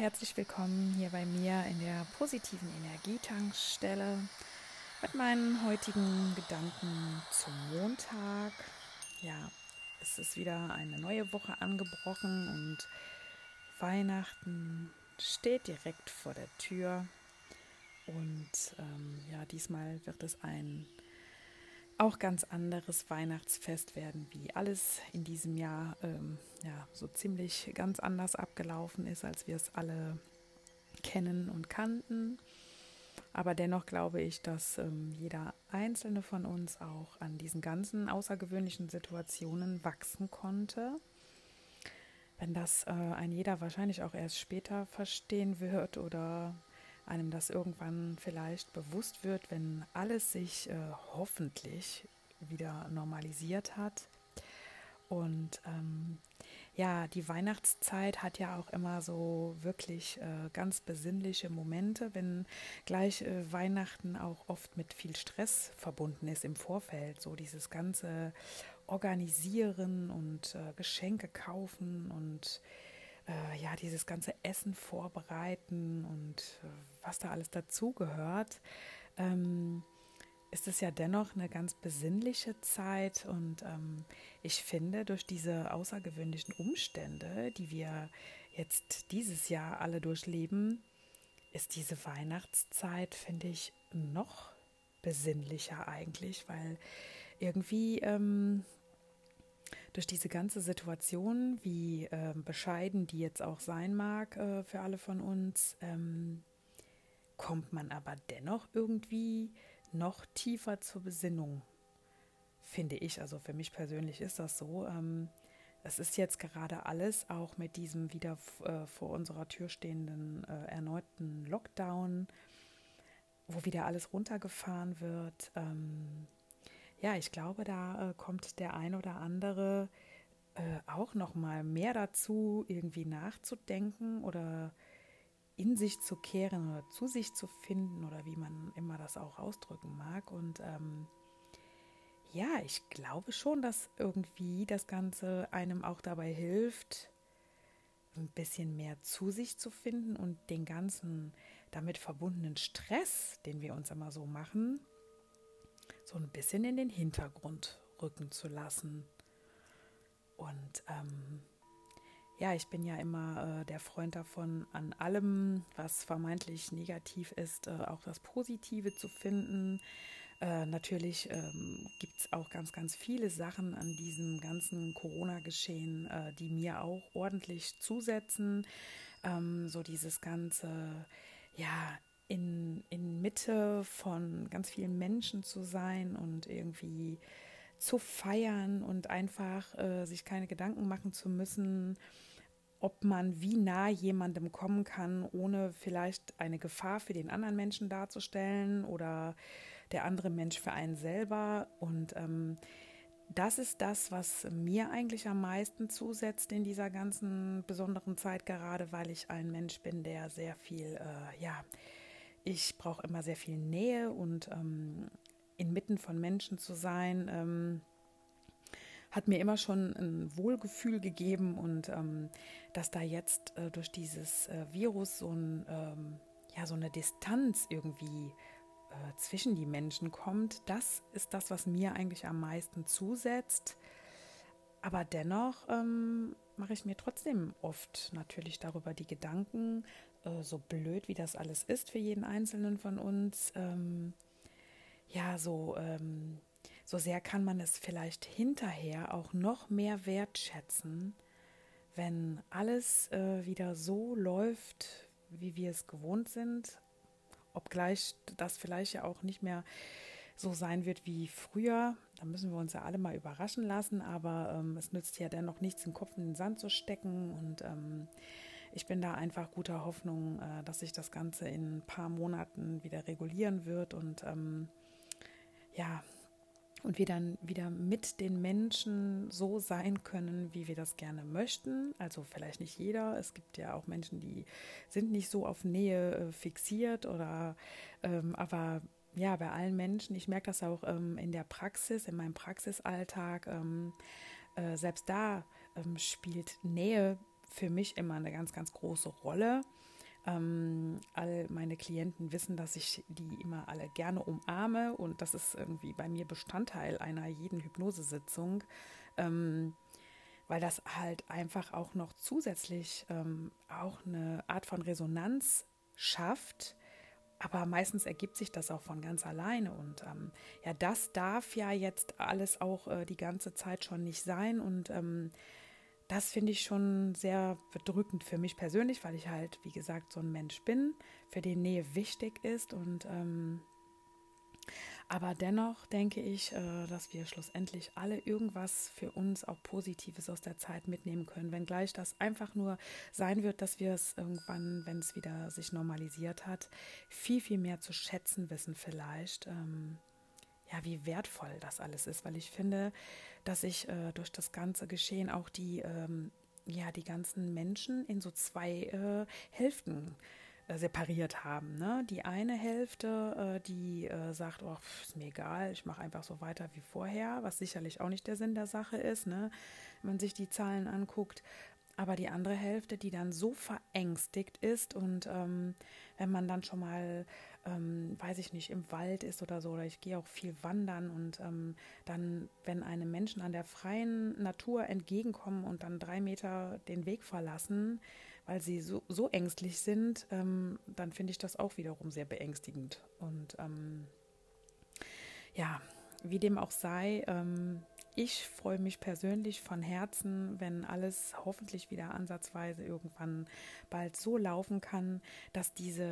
herzlich willkommen hier bei mir in der positiven Energietankstelle mit meinen heutigen Gedanken zum Montag. Ja, es ist wieder eine neue Woche angebrochen und Weihnachten steht direkt vor der Tür. Und diesmal wird es ein auch ganz anderes Weihnachtsfest werden, wie alles in diesem Jahr so ziemlich ganz anders abgelaufen ist, als wir es alle kennen und kannten. Aber dennoch glaube ich, dass jeder einzelne von uns auch an diesen ganzen außergewöhnlichen Situationen wachsen konnte. Wenn das ein jeder wahrscheinlich auch erst später verstehen wird oder einem das irgendwann vielleicht bewusst wird, wenn alles sich hoffentlich wieder normalisiert hat. Und die Weihnachtszeit hat ja auch immer so wirklich ganz besinnliche Momente, wenn gleich Weihnachten auch oft mit viel Stress verbunden ist im Vorfeld. So dieses ganze Organisieren und Geschenke kaufen und dieses ganze Essen vorbereiten und was da alles dazugehört, ist es ja dennoch eine ganz besinnliche Zeit und ich finde, durch diese außergewöhnlichen Umstände, die wir jetzt dieses Jahr alle durchleben, ist diese Weihnachtszeit, finde ich, noch besinnlicher eigentlich, weil irgendwie durch diese ganze Situation, wie bescheiden die jetzt auch sein mag für alle von uns, kommt man aber dennoch irgendwie noch tiefer zur Besinnung, finde ich. Also für mich persönlich ist das so. Es ist jetzt gerade alles auch mit diesem wieder vor unserer Tür stehenden erneuten Lockdown, wo wieder alles runtergefahren wird. Ich glaube, da kommt der ein oder andere auch noch mal mehr dazu, irgendwie nachzudenken oder in sich zu kehren oder zu sich zu finden oder wie man immer das auch ausdrücken mag. Und ich glaube schon, dass irgendwie das Ganze einem auch dabei hilft, ein bisschen mehr zu sich zu finden und den ganzen damit verbundenen Stress, den wir uns immer so machen, so ein bisschen in den Hintergrund rücken zu lassen. Und ich bin ja immer der Freund davon, an allem, was vermeintlich negativ ist, auch das Positive zu finden. Natürlich gibt es auch ganz, ganz viele Sachen an diesem ganzen Corona-Geschehen, die mir auch ordentlich zusetzen. So dieses ganze, in Mitte von ganz vielen Menschen zu sein und irgendwie zu feiern und einfach sich keine Gedanken machen zu müssen, ob man wie nah jemandem kommen kann, ohne vielleicht eine Gefahr für den anderen Menschen darzustellen oder der andere Mensch für einen selber. Und das ist das, was mir eigentlich am meisten zusetzt in dieser ganzen besonderen Zeit, gerade weil ich ein Mensch bin, der sehr viel, ich brauche immer sehr viel Nähe und inmitten von Menschen zu sein, hat mir immer schon ein Wohlgefühl gegeben und dass da jetzt durch dieses Virus so eine Distanz irgendwie zwischen die Menschen kommt, das ist das, was mir eigentlich am meisten zusetzt. Aber dennoch mache ich mir trotzdem oft natürlich darüber die Gedanken, so blöd wie das alles ist für jeden Einzelnen von uns, so sehr kann man es vielleicht hinterher auch noch mehr wertschätzen, wenn alles wieder so läuft, wie wir es gewohnt sind, obgleich das vielleicht ja auch nicht mehr so sein wird wie früher. Da müssen wir uns ja alle mal überraschen lassen, aber es nützt ja dennoch nichts, den Kopf in den Sand zu stecken und ich bin da einfach guter Hoffnung, dass sich das Ganze in ein paar Monaten wieder regulieren wird und und wir dann wieder mit den Menschen so sein können, wie wir das gerne möchten. Also vielleicht nicht jeder. Es gibt ja auch Menschen, die sind nicht so auf Nähe fixiert oder aber ja, bei allen Menschen, ich merke das auch in der Praxis, in meinem Praxisalltag, selbst da spielt Nähe für mich immer eine ganz, ganz große Rolle. All meine Klienten wissen, dass ich die immer alle gerne umarme und das ist irgendwie bei mir Bestandteil einer jeden Hypnosesitzung, weil das halt einfach auch noch zusätzlich auch eine Art von Resonanz schafft. Aber meistens ergibt sich das auch von ganz alleine und ja, das darf ja jetzt alles auch die ganze Zeit schon nicht sein und das finde ich schon sehr bedrückend für mich persönlich, weil ich halt, wie gesagt, so ein Mensch bin, für den Nähe wichtig ist und aber dennoch denke ich, dass wir schlussendlich alle irgendwas für uns auch Positives aus der Zeit mitnehmen können, wenngleich das einfach nur sein wird, dass wir es irgendwann, wenn es wieder sich normalisiert hat, viel, viel mehr zu schätzen wissen vielleicht, ja, wie wertvoll das alles ist, weil ich finde, dass sich durch das ganze Geschehen auch ja, die ganzen Menschen in so zwei Hälften separiert haben. Ne? Die eine Hälfte, die sagt, oh, ist mir egal, ich mache einfach so weiter wie vorher, was sicherlich auch nicht der Sinn der Sache ist, ne? Wenn man sich die Zahlen anguckt. Aber die andere Hälfte, die dann so verängstigt ist und wenn man dann schon mal, weiß ich nicht, im Wald ist oder so, oder ich gehe auch viel wandern und dann, wenn einem Menschen an der freien Natur entgegenkommen und dann 3 Meter den Weg verlassen, weil sie so ängstlich sind, dann finde ich das auch wiederum sehr beängstigend. Und ja, wie dem auch sei, ich freue mich persönlich von Herzen, wenn alles hoffentlich wieder ansatzweise irgendwann bald so laufen kann, dass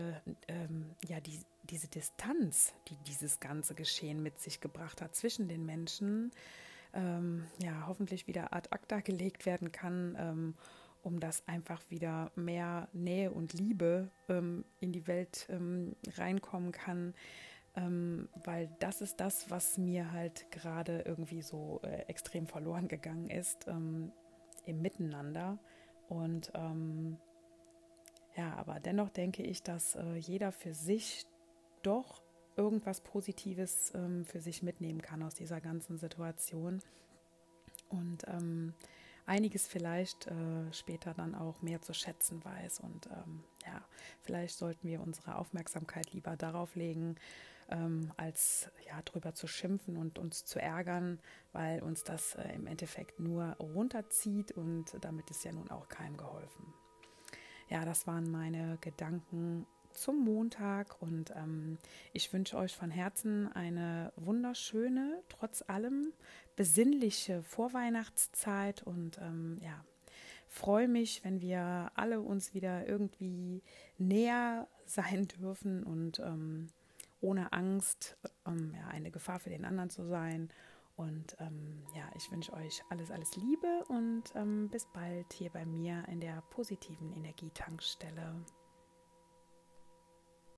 diese Distanz, die dieses ganze Geschehen mit sich gebracht hat zwischen den Menschen, ja, hoffentlich wieder ad acta gelegt werden kann, um dass einfach wieder mehr Nähe und Liebe in die Welt reinkommen kann, weil das ist das, was mir halt gerade irgendwie so extrem verloren gegangen ist im Miteinander. Und ja, aber dennoch denke ich, dass jeder für sich doch irgendwas Positives für sich mitnehmen kann aus dieser ganzen Situation und einiges vielleicht später dann auch mehr zu schätzen weiß. Und ja, vielleicht sollten wir unsere Aufmerksamkeit lieber darauf legen, als ja, drüber zu schimpfen und uns zu ärgern, weil uns das im Endeffekt nur runterzieht und damit ist ja nun auch keinem geholfen. Ja, das waren meine Gedanken zum Montag und ich wünsche euch von Herzen eine wunderschöne, trotz allem besinnliche Vorweihnachtszeit und ja, freue mich, wenn wir alle uns wieder irgendwie näher sein dürfen und ohne Angst ja, eine Gefahr für den anderen zu sein. Und ja, ich wünsche euch alles, alles Liebe und bis bald hier bei mir in der positiven Energietankstelle.